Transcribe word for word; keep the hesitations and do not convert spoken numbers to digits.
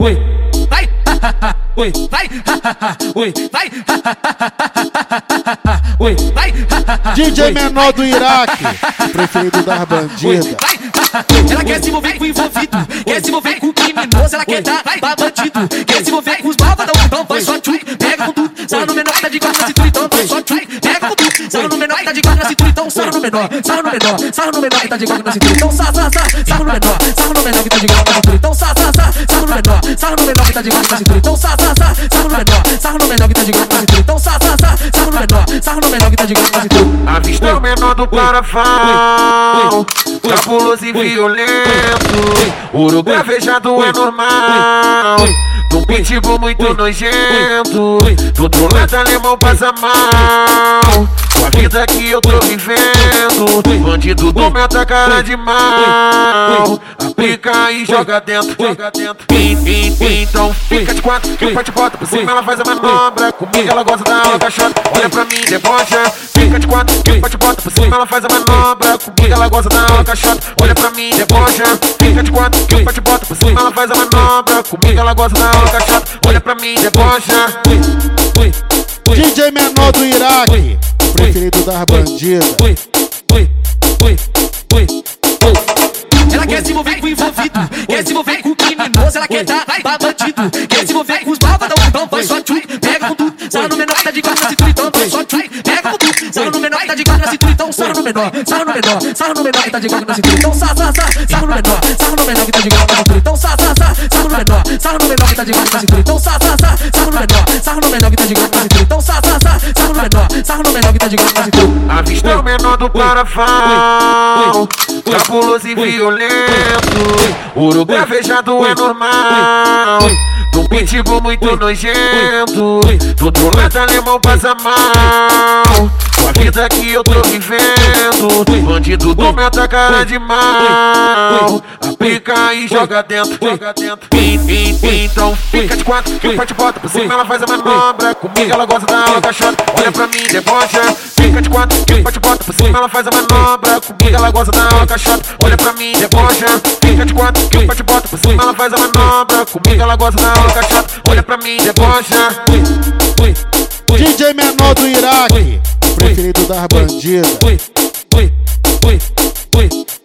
oi, vai, oi, vai, oi, vai, oi, vai. D J menor do Iraque, preferido das bandidas. Ela quer se envolver com envolvido, quer se envolver com criminoso, ela quer dar pra bandido, quer se envolver com os malvados, então vai só tchum, pega com tudo, sarra no menor, tá de quatro na cintura, então vai só tchum, pega com tudo, sarra no menor, tá de quatro na cintura, então sarra no menor, sarra no menor, sarra no menor que tá de quatro na cintura, então sarra, sarra, sarra, sarra no menor, sarra no menor que tá de quatro na cintura, então sarra, sarra, sarra, sarra no menor, sarra no menor que tá de quatro na cintura, então sarra, sarra, sarra, sarra no menor, sarra no menor que tá de quatro na cintura, então sarra, sarra, sarra, sarra no menor, sarra no menor que tá de quatro na cintura. Avista o menor do Parafal, cabuloso e violento, urubu fechado é normal, num pitbull muito nojento, do outro lado alemão passa mal, com a vida que eu tô vivendo, bandido do meu tá cara de mal, aplica e joga dentro, joga dentro. Então fica de quatro, que o pai te bota por cima, ela faz a manobra, comigo ela gosta da aula caixota, olha pra mim, debocha. Fica de quatro, que o pai te bota por cima, ela faz a manobra, comigo ela gosta da aula caixota, olha pra mim, debocha. Fica de quatro, que o pai te bota por cima, ela faz a manobra, comigo ela gosta da aula caixota, olha pra mim, debocha. D J menor do Iraque, preferido das bandidas. Ela quer se envolver com envolvido, quer se envolver com criminoso, ela quer dar pra bandido, quer se envolver com os malvados, então vai só tchum, pega com tudo, sarra no menor, tá de quatro na cintura, então vai só tchum, pega com tudo, sarra no menor, tá de quatro na cintura, então sarra no menor, sarra no menor, sarra no menor que tá de quatro na cintura, então sarra, sarra, sarra, sarra no menor, sarra no menor que tá de quatro na cintura, então sarra, sarra, sarra, sarra no menor, sarra no menor que tá de quatro na cintura, então sarra, sarra, sarra, sarra no menor, sarra no menor que tá de quatro na cintura, então sarra, sarra, sarra, sarra no menor, sarra no menor que tá de quatro na cintura. Avista o menor do Parafal, cabuloso e violento, urubu fechado é normal, num pitbull muito nojento, do outro lado alemão passa mal, com a vida que eu tô vivendo, bandido do meu tá cara de mal, aplica e joga dentro, joga dentro. Então fica de quatro, que o pai te bota por cima, ela faz a manobra, comigo ela gosta da aula caixota, olha pra mim, debocha. Fica de quatro, que o pai te bota por cima, ela faz a manobra, comigo ela gosta da aula caixota, olha pra mim, debocha. Fica de quatro, que o pai te bota por cima, ela faz a manobra, comigo ela gosta da aula caixota, olha pra mim, debocha. D J menor do Iraque, preferido das bandidas.